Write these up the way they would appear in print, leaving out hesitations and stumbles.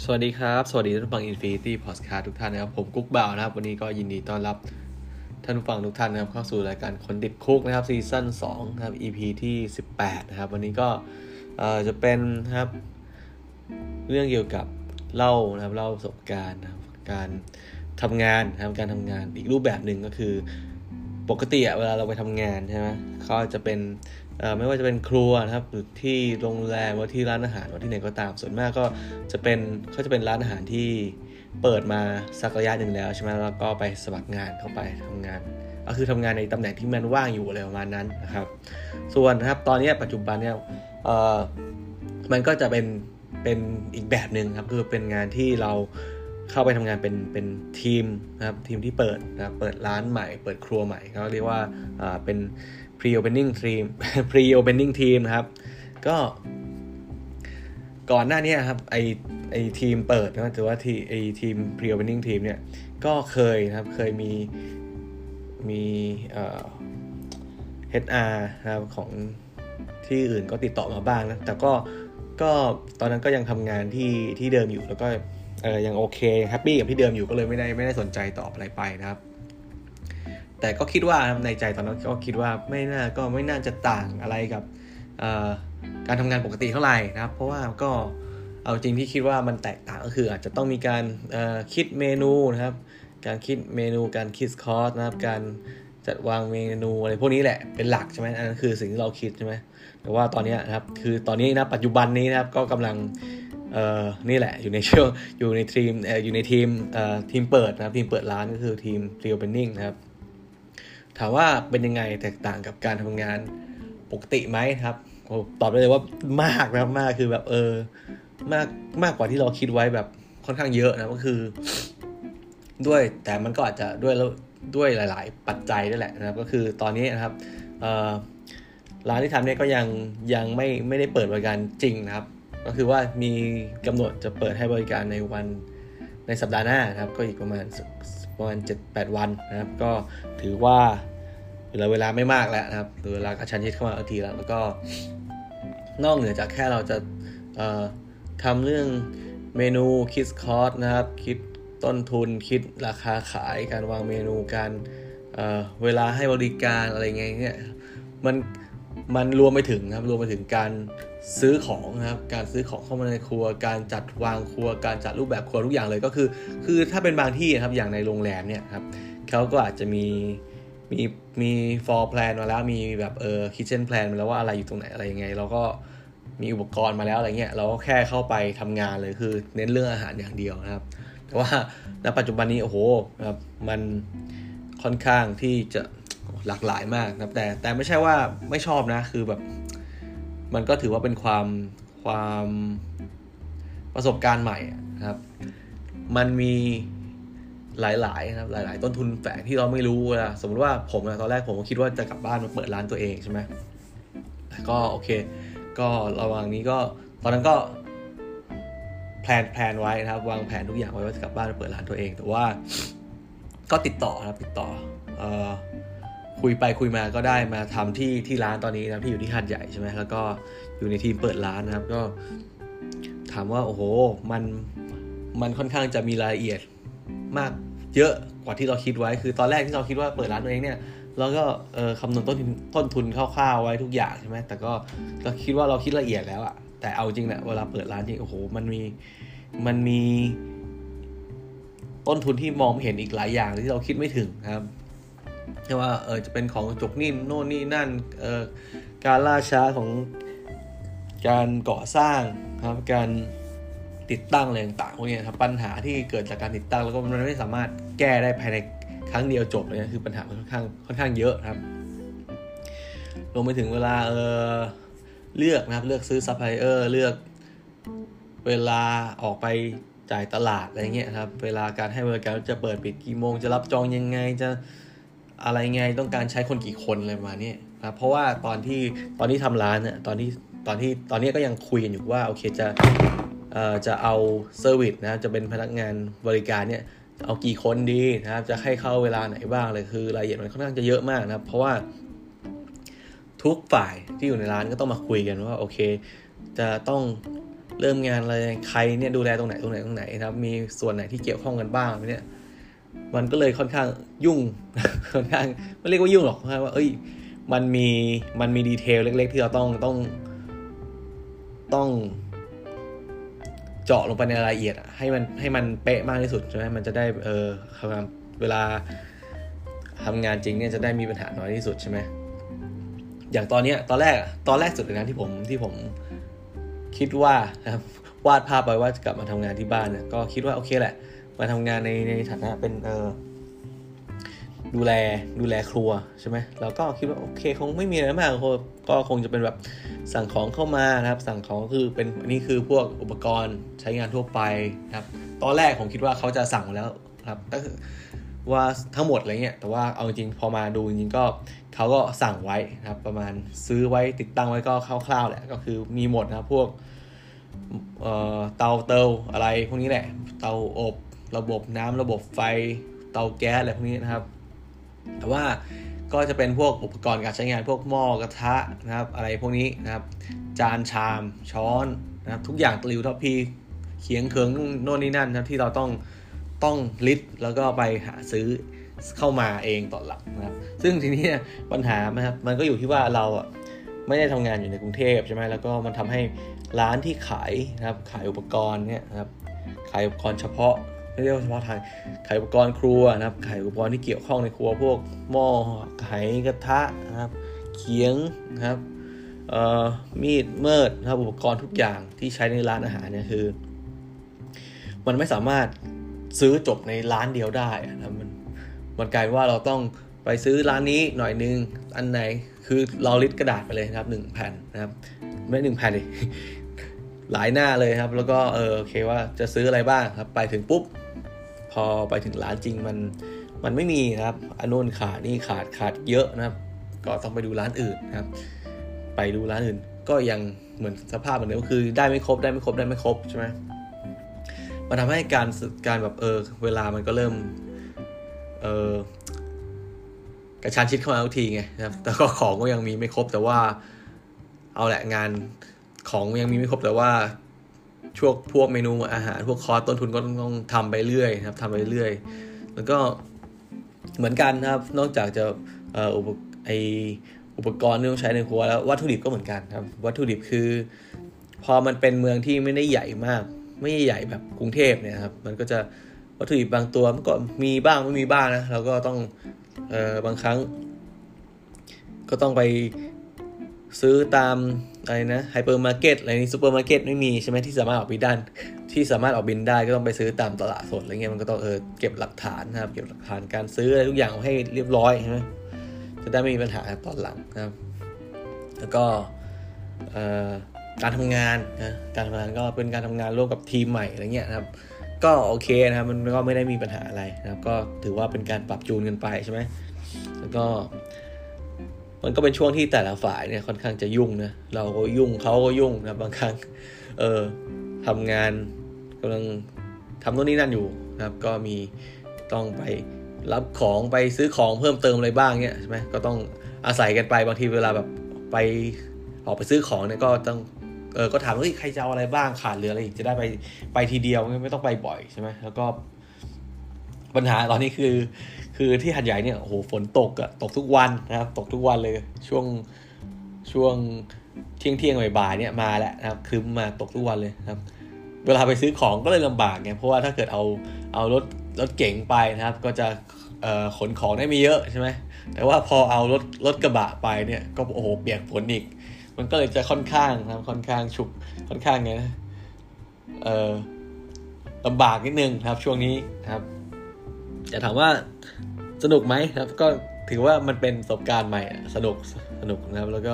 สวัสดีครับสวัสดีท่านผู้ฟัง Infinity Podcast ทุกท่านนะครับผมกุ๊กบ่าวนะครับวันนี้ก็ยินดีต้อนรับท่านผู้ฟังทุกท่านนะครับเข้าสู่รายการคนติดคุกนะครับซีซั่น2นะครับ EP ที่18นะครับวันนี้ก็จะเป็นนะครับเรื่องเกี่ยวกับเล่าประสบการณ์นะครับการทำงานนะครับการทำงานอีกรูปแบบหนึ่งก็คือปกติเวลาเราไปทำงานใช่ไหมเขาจะเป็นไม่ว่าจะเป็นครัวนะครับหรือที่โรงแรมหรือที่ร้านอาหารหรือที่ไหนก็ตามส่วนมากก็จะเป็นร้านอาหารที่เปิดมาสักระยะหนึ่งแล้วใช่ไหมแล้วก็ไปสมัครงานเข้าไปทำงานก็คือทำงานในตำแหน่งที่มันว่างอยู่อะไรประมาณนั้นนะครับส่วนนะครับตอนนี้ปัจจุบันเนี่ยมันก็จะเป็นอีกแบบนึงครับคือเป็นงานที่เราเข้าไปทำงานเป็นทีมนะครับทีมที่เปิดนะครับเปิดร้านใหม่เปิดครัวใหม่เขาเรียกว่าเป็นpre-opening team นะครับก็ก่อนหน้านี้ครับไอทีมเปิดนะถือว่าทีม pre-opening team เนี่ยก็เคยมีHR นะครับของที่อื่นก็ติดต่อมาบ้างนะแต่ก็ตอนนั้นก็ยังทำงานที่เดิมอยู่แล้วก็ยังโอเคแฮปปี้กับที่เดิมอยู่ก็เลยไม่ได้สนใจตอบอะไรไปนะครับแต่ก็คิดว่าในใจตอนนั้นก็คิดว่าไม่น่าจะต่างอะไรกับการทำงานปกติเท่าไหร่นะครับเพราะว่าก็เอาจริงที่คิดว่ามันแตกต่างก็คืออาจจะต้องมีการคิดเมนูนะครับการคิดเมนูการคิดคอร์สนะครับการจัดวางเมนูอะไรพวกนี้แหละเป็นหลักใช่ไหมอันนั้นคือสิ่งที่เราคิดใช่ไหมแต่ว่าตอนนี้นะครับคือตอนนี้นะปัจจุบันนี้นะครับก็กำลังนี่แหละอยู่ในช่วงอยู่ในทีมเปิดนะครับทีมเปิดร้านก็คือทีม pre-opening นะครับถามว่าเป็นยังไงแตกต่างกับการทำงานปกติไหมครับตอบได้เลยว่ามากนะครับมากคือแบบมากกว่าที่เราคิดไว้แบบค่อนข้างเยอะนะก็คือด้วยแต่มันก็อาจจะด้วยหลายๆปัจจัยด้วยแหละนะครับก็คือตอนนี้นะครับร้านที่ทำเนี่ยก็ยังไม่ได้เปิดบริการจริงนะครับก็คือว่ามีกำหนดจะเปิดให้บริการในสัปดาห์หน้านะครับก็อีกประมาณ 7-8 วันนะครับก็ถือว่าเวลาไม่มากแล้วนะครับเวลากระชั้นชิดเข้ามาทีแล้วก็นอกเหนือจากแค่เราจะทำเรื่องเมนูคิดคอร์สนะครับคิดต้นทุนคิดราคาขายการวางเมนูการเวลาให้บริการอะไรเงี้ยมันรวมไปถึงนะครับรวมไปถึงการซื้อของนะครับการซื้อของเข้ามาในครัวการจัดวางครัวการจัดรูปแบบครัวทุกอย่างเลยก็คือถ้าเป็นบางที่นะครับอย่างในโรงแรมเนี่ยครับเขาก็อาจจะมี floor plan มาแล้วมีแบบkitchen plan มาแล้วว่าอะไรอยู่ตรงไหนอะไรยังไงเราก็มีอุปกรณ์มาแล้วอะไรเงี้ยเราก็แค่เข้าไปทำงานเลยคือเน้นเรื่องอาหารอย่างเดียวนะครับแต่ว่าณปัจจุบันนี้โอ้โหครับมันค่อนข้างที่จะหลากหลายมากนะครับแต่ไม่ใช่ว่าไม่ชอบนะคือแบบมันก็ถือว่าเป็นความประสบการณ์ใหม่นะครับมันมีหลายๆนะครับหลายๆต้นทุนแฝงที่เราไม่รู้นะสมมติว่าผมตอนแรกผมก็คิดว่าจะกลับบ้านมาเปิดร้านตัวเองใช่ไหมแต่ก็โอเคก็ระหว่างนี้ก็ตอนนั้นก็แพลนไว้นะครับวางแผนทุกอย่างไว้ว่าจะกลับบ้านมาเปิดร้านตัวเองแต่ว่าก็ติดต่อคุยไปคุยมาก็ได้มาทำที่ร้านตอนนี้นะที่อยู่ที่หาดใหญ่ใช่ไหมแล้วก็อยู่ในทีมเปิดร้านนะครับก็ถามว่าโอ้โหมันค่อนข้างจะมีรายละเอียดมากเยอะกว่าที่เราคิดไว้คือตอนแรกที่เราคิดว่าเปิดร้านตัวเองเนี่ยเราก็คำนวณต้นทุนคร่าวๆไว้ทุกอย่างใช่ไหมแต่ก็เราคิดว่าเราคิดละเอียดแล้วอะแต่เอาจริงเนี่ยเวลาเปิดร้านจริงโอ้โหมันมีต้นทุนที่มองไม่เห็นอีกหลายอย่างที่เราคิดไม่ถึงครับใช่ว่าจะเป็นของจุกนิ่มโน่นนี่นั่นการล่าช้าของการก่อสร้างครับการติดตั้งอะไรต่างๆพวกนี้ครับปัญหาที่เกิดจากการติดตั้งแล้วก็มันไม่สามารถแก้ได้ภายในครั้งเดียวจบเลยนะคือปัญหาค่อนข้างเยอะครับรวมไปถึงเวลาเลือกนะครับเลือกซื้อซัพพลายเออร์เลือกเวลาออกไปจ่ายตลาดอะไรเงี้ยครับเวลาการให้บริการจะเปิดปิดกี่โมงจะรับจองยังไงจะอะไรไงต้องการใช้คนกี่คนอะไรประมาณนี้นะเพราะว่าตอนที่ทำร้านเนี่ยตอนนี้ก็ยังคุยกันอยู่ว่าโอเคจะเอาเซอร์วิสนะจะเป็นพนักงานบริการเนี่ยเอากี่คนดีนะครับจะให้เข้าเวลาไหนบ้างเลยคือรายละเอียดมันค่อนข้างจะเยอะมากนะครับเพราะว่าทุกฝ่ายที่อยู่ในร้านก็ต้องมาคุยกันว่าโอเคจะต้องเริ่มงานอะไรใครเนี่ยดูแลตรงไหนนะครับมีส่วนไหนที่เกี่ยวข้องกันบ้างเนี่ยมันก็เลยค่อนข้างยุ่ง ค่อนข้างไม่เรียกว่ายุ่งหรอกว่ามันมีดีเทลเล็กๆที่เราต้องเจาะลงไปในรายละเอียดให้มันเป๊ะมากที่สุดใช่ไหมมันจะได้เวลาทำงานจริงเนี่ยจะได้มีปัญหาน้อยที่สุดใช่ไหมอย่างตอนแรกสุดเลยนะที่ผมคิดว่านะครับวาดภาพไปว่าจะกลับมาทำงานที่บ้านเนี่ยก็คิดว่าโอเคแหละมาทำงานในฐานะเป็นดูแลครัวใช่ไหมแล้วก็คิดว่าโอเคคงไม่มีอะไรมากก็คงจะเป็นแบบสั่งของเข้ามานะครับสั่งของคือเป็นนี่คือพวกอุปกรณ์ใช้งานทั่วไปนะครับตอนแรกผมคิดว่าเขาจะสั่งมาแล้วครับก็คือว่าทั้งหมดอะไรเงี้ยแต่ว่าเอาจริงพอมาดูจริงๆก็เขาก็สั่งไว้นะครับประมาณซื้อไว้ติดตั้งไว้ก็คร่าวๆแหละก็คือมีหมดนะครับพวกเตาอะไรพวกนี้แหละเตาอบระบบน้ำระบบไฟเตาแก๊สอะไรพวกนี้นะครับแต่ว่าก็จะเป็นพวกอุปกรณ์การใช้งานพวกหม้อกระทะนะครับอะไรพวกนี้นะครับจานชามช้อนนะครับทุกอย่างตะหลิวทัพพีเขียงเขิงโน่นนี่นั่นนะครับที่เราต้องลิสต์แล้วก็ไปหาซื้อเข้ามาเองต่อหลังนะครับซึ่งทีนี้ปัญหานะครับมันก็อยู่ที่ว่าเราไม่ได้ทำงานอยู่ในกรุงเทพใช่ไหมแล้วก็มันทำให้ร้านที่ขายนะครับขายอุปกรณ์เนี่ยนะครับขายอุปกรณ์เฉพาะไม่เรียกว่าเฉพาะทางขายอุปกรณ์ครัวนะครับขายอุปกรณ์ที่เกี่ยวข้องในครัวพวกหม้อไหกระทะนะครับเขียงนะครับมีดเมิดนะครับอุปกรณ์ทุกอย่างที่ใช้ในร้านอาหารเนี่ยคือมันไม่สามารถซื้อจบในร้านเดียวได้นะมันกลายว่าเราต้องไปซื้อร้านนี้หน่อยนึงอันไหนคือเราลิสต์กระดาษไปเลยนะครับ1แผ่นนะครับไม่1แผ่นดิหลายหน้าเลยครับแล้วก็โอเคว่าจะซื้ออะไรบ้างครับไปถึงปุ๊บพอไปถึงร้านจริงมันไม่มีนะครับอันโน้นขาดนี่ขาดเยอะนะครับก็ต้องไปดูร้านอื่นนะครับไปดูร้านอื่นก็ยังเหมือนสภาพเหมือนเดิมก็คือได้ไม่ครบใช่ไหมมันทำให้การแบบเวลามันก็เริ่มกระชั้นชิดเข้ามาทุกทีไงนะครับแต่ก็ของก็ยังมีไม่ครบแต่ว่าเอาแหละงานของยังมีไม่ครบแต่ว่าพวกเมนูอาหารพวกคอร์สต้นทุนก็ต้องทำไปเรื่อยนะครับทำไปเรื่อยแล้วก็เหมือนกันนะครับนอกจากจะอุปกรณ์ที่ต้องใช้ในครัวแล้ววัตถุดิบก็เหมือนกันครับวัตถุดิบคือพอมันเป็นเมืองที่ไม่ได้ใหญ่มากไม่ใหญ่แบบกรุงเทพเนี่ยครับมันก็จะวัตถุดิบบางตัวมันก็มีบ้างไม่มีบ้างนะเราก็ต้องบางครั้งก็ต้องไปซื้อตามอะไรนะไฮเปอร์มาร์เก็ตอะไรนี่ซูเปอร์มาร์เก็ตไม่มีใช่ไหมที่สามารถออกบินได้ก็ต้องไปซื้อตามตลาดสดอะไรเงี้ยมันก็ต้องเก็บหลักฐานนะครับเก็บหลักฐานการซื้ออะไรทุกอย่างให้เรียบร้อยใช่ไหมจะได้ไม่มีปัญหาตอนหลังนะครับแล้วก็การทำงานก็เป็นการทำงานร่วมกับทีมใหม่อะไรเงี้ยนะครับก็โอเคนะครับมันก็ไม่ได้มีปัญหาอะไรนะครับก็ถือว่าเป็นการปรับจูนกันไปใช่ไหมแล้วก็มันก็เป็นช่วงที่แต่ละฝ่ายเนี่ยค่อนข้างจะยุ่งนะเราก็ยุ่งเขาก็ยุ่งนะบางครั้งทำงานกำลังทำโน่นนี่นั่นอยู่นะครับก็มีต้องไปรับของไปซื้อของเพิ่มเติมอะไรบ้างเนี่ยใช่ไหมก็ต้องอาศัยกันไปบางทีเวลาแบบไปออกไปซื้อของเนี่ยก็ต้องก็ถามว่าใครจะเอาอะไรบ้างขาดเหลืออะไรอีกจะได้ไปทีเดียวไม่ต้องไปบ่อยใช่ไหมแล้วก็ปัญหาตอนนี้คือที่หัดใหญ่เนี่ยโอ้โหฝนตกทุกวันนะครับตกทุกวันเลยช่วงเที่ยงบ่ายๆเนี่ยมาแล้วนะครับคือมาตกทุกวันเลยครับเวลาไปซื้อของก็เลยลำบากไงเพราะว่าถ้าเกิดเอารถเก๋งไปนะครับก็จะขนของได้ไม่เยอะใช่ไหมแต่ว่าพอเอารถกระบะไปเนี่ยก็โอ้โหเปียกฝนอีกมันก็เลยจะค่อนข้างฉุกค่อนข้างไงนะลำบากนิดนึงครับช่วงนี้นะครับจะถามว่าสนุกไหมครับก็ถือว่ามันเป็นประสบการณ์ใหม่สนุกนะครับแล้วก็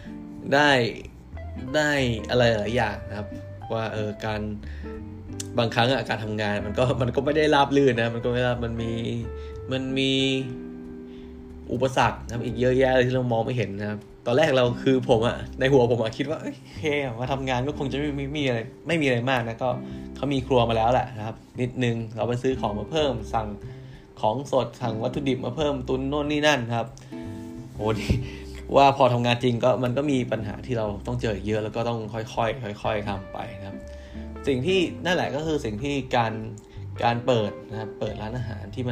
ได้อะไรหลายอย่างนะครับว่าการบางครั้งการทำงานมันก็ไม่ได้ราบรื่นนะมันก็ไม่ราบมันมีอุปสรรคนะครับอีกเยอะแยะเลยที่เรามองไม่เห็นนะครับตอนแรกเราคือผมในหัวผมคิดว่าโอเคมาทำงานก็คงจะไม่มีอะไรมากนะก็เขามีครัวมาแล้วแหละนะครับนิดนึงเราไปซื้อของมาเพิ่มสั่งของสดสั่งวัตถุดิบมาเพิ่มตุนโน่นนี่นั่นครับโหว่าพอทำงานจริงก็มันก็มีปัญหาที่เราต้องเจอเยอะแล้วก็ต้องค่อยๆทำไปนะครับสิ่งที่นั่นแหละก็คือสิ่งที่การเปิดนะครับเปิดร้านอาหารที่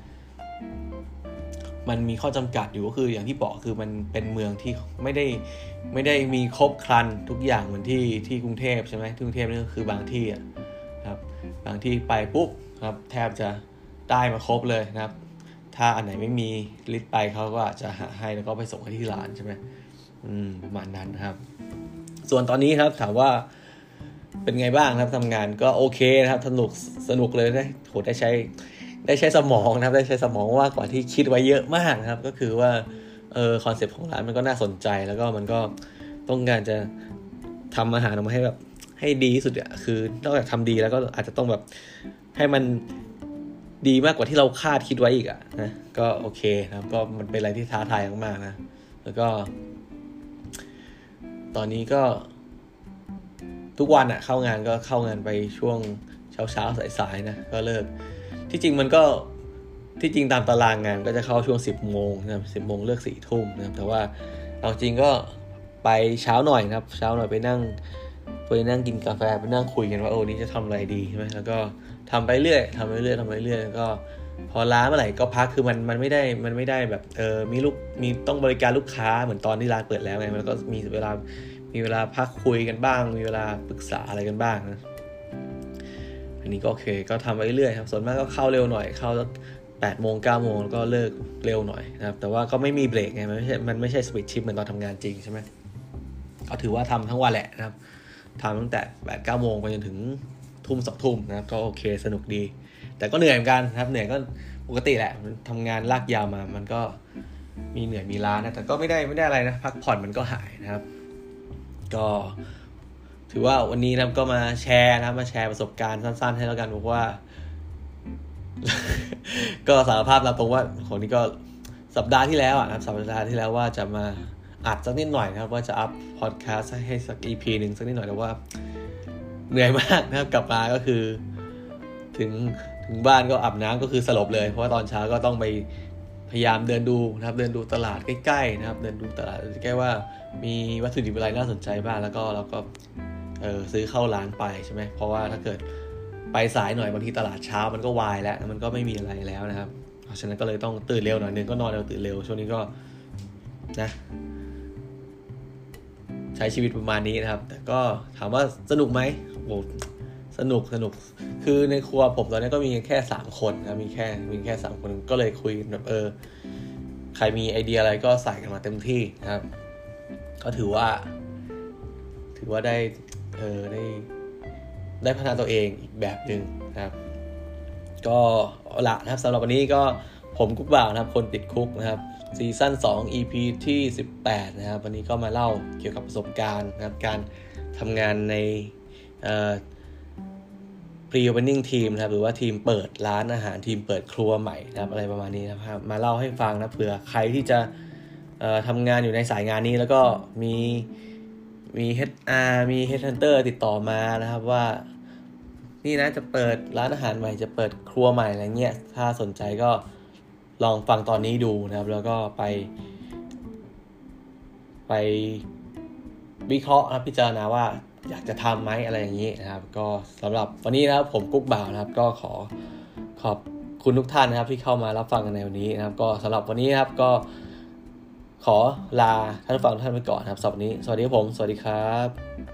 มันมีข้อจำกัดอยู่ก็คืออย่างที่บอกคือมันเป็นเมืองที่ไม่ได้มีครบครันทุกอย่างเหมือนที่กรุงเทพใช่ไหมที่กรุงเทพนี่ก็คือบางที่ครับบางที่ไปปุ๊บครับแทบจะได้มาครบเลยนะครับถ้าอันไหนไม่มีลิสต์ไปเขาก็อาจจะหาให้แล้วก็ไปส่งให้ที่ร้านใช่ไหมประมาณนั้นครับส่วนตอนนี้ครับถามว่าเป็นไงบ้างครับทำงานก็โอเคนะครับสนุกเลยได้ใช้สมองนะครับได้ใช้สมองมากกว่าที่คิดไว้เยอะมากนะครับก็คือว่าคอนเซ็ปต์ของร้านมันก็น่าสนใจแล้วก็มันก็ต้องการจะทำอาหารออกมาให้แบบให้ดีที่สุดคือนอกจากทำดีแล้วก็อาจจะต้องแบบให้มันดีมากกว่าที่เราคาดคิดไว้อีกนะก็โอเคนะครับก็มันเป็นอะไรที่ท้าทายมากๆนะแล้วก็ตอนนี้ก็ทุกวันเข้างานไปช่วงเช้าสายๆนะก็เลิกที่จริงมันก็ที่จริงตามตารางงานก็จะเข้าช่วง 10 โมงนะครับ 10 โมงเลิก 4 ทุ่มนะครับแต่ว่าเอาจริงก็ไปเช้าหน่อยนะครับเช้าหน่อยไปนั่งกินกาแฟไปนั่งคุยกันว่านี้จะทำอะไรดีใช่ไหมแล้วก็ทำไปเรื่อยแล้วก็พอล้าเมื่อไหร่ก็พักคือมันไม่ได้แบบมีต้องบริการลูกค้าเหมือนตอนที่ร้านเปิดแล้วไงมันก็มีเวลาพักคุยกันบ้างมีเวลาปรึกษาอะไรกันบ้างนะอันนี้ก็โอเคก็ทำไปเรื่อยครับส่วนมากก็เข้าเร็วหน่อยเข้าสัก 8 โมง 9 โมงแล้วก็เลิกเร็วหน่อยนะครับแต่ว่าก็ไม่มีเบรกไงมันไม่ใช่สวิตช์ชิฟเหมือนตอนทำงานจริงใช่ไหมก็ถือว่าทำทั้งวันแหละนะครับทำตั้งแต่ 8-9 โมงไปจนถึงทุ่ม 2 ทุ่มนะครับก็โอเคสนุกดีแต่ก็เหนื่อยเหมือนกันนะครับเหนื่อยก็ปกติแหละทำงานลากยาวมามันก็มีเหนื่อยมีล้านะแต่ก็ไม่ได้อะไรนะพักผ่อนมันก็หายนะครับก็ถือว่าวันนี้นะครับก็มาแชร์ประสบการณ์สั้นๆให้แล้วกันบอกว่า ก็สารภาพตามตรงว่าคนนี้ก็สัปดาห์ที่แล้วนะครับสัปดาห์ที่แล้วว่าจะมาอัดสักนิดหน่อยนะครับว่าจะอัพพอดแคสต์ให้สัก EP นึงสักนิดหน่อยแต่ว่าเหนื่อยมากนะครับกลับมาก็คือถึงบ้านก็อาบน้ำก็คือสลบเลยเพราะว่าตอนเช้าก็ต้องไปพยายามเดินดูนะครับเดินดูตลาดใกล้ๆนะครับเดินดูตลาดใกล้ว่ามีวัตถุดิบอะไรน่าสนใจบ้างแล้วก็เราก็ซื้อเข้าร้านไปใช่ไหมเพราะว่าถ้าเกิดไปสายหน่อยบางทีตลาดเช้ามันก็วายแล้วมันก็ไม่มีอะไรแล้วนะครับเพราะฉะนั้นก็เลยต้องตื่นเร็วหน่อยนึงก็นอนเร็วตื่นเร็วช่วงนี้ก็นะใช้ชีวิตประมาณนี้นะครับแต่ก็ถามว่าสนุกไหมโอ้สนุกคือในครัวผมตอนนี้ก็มีแค่3คนนะมีแค่3คนก็เลยคุยแบบใครมีไอเดียอะไรก็ใส่กันมาเต็มที่นะครับก็ถือว่าได้พัฒนาตัวเองอีกแบบนึงนะครับก็เอาละนะครับสำหรับวันนี้ก็ผมกุ๊กบ่าวนะครับคนติดคุกนะครับซีซั่น2 EP ที่18นะครับวันนี้ก็มาเล่าเกี่ยวกับประสบการณ์นะครับการทำงานในpre-opening team นะครับหรือว่าทีมเปิดร้านอาหารทีมเปิดครัวใหม่นะครับอะไรประมาณนี้นะครับมาเล่าให้ฟังนะเผื่อใครที่จะทำงานอยู่ในสายงานนี้แล้วก็มี HR มี Headhunter ติดต่อมานะครับว่านี่นะจะเปิดร้านอาหารใหม่จะเปิดครัวใหม่อะไรเงี้ยถ้าสนใจก็ลองฟังตอนนี้ดูนะครับแล้วก็ไปวิเคราะห์นะพิจารณาว่าอยากจะทำไหมอะไรอย่างนี้นะครับก็สำหรับวันนี้นะครับผมกุ๊กบ่าวนะครับก็ขอบคุณทุกท่านนะครับที่เข้ามารับฟังกันในวันนี้นะครับก็สำหรับวันนี้นะครับก็ขอลาท่านฟังทุกท่านไปก่อนครับสำหรับวันนี้สวัสดีครับผมสวัสดีครับ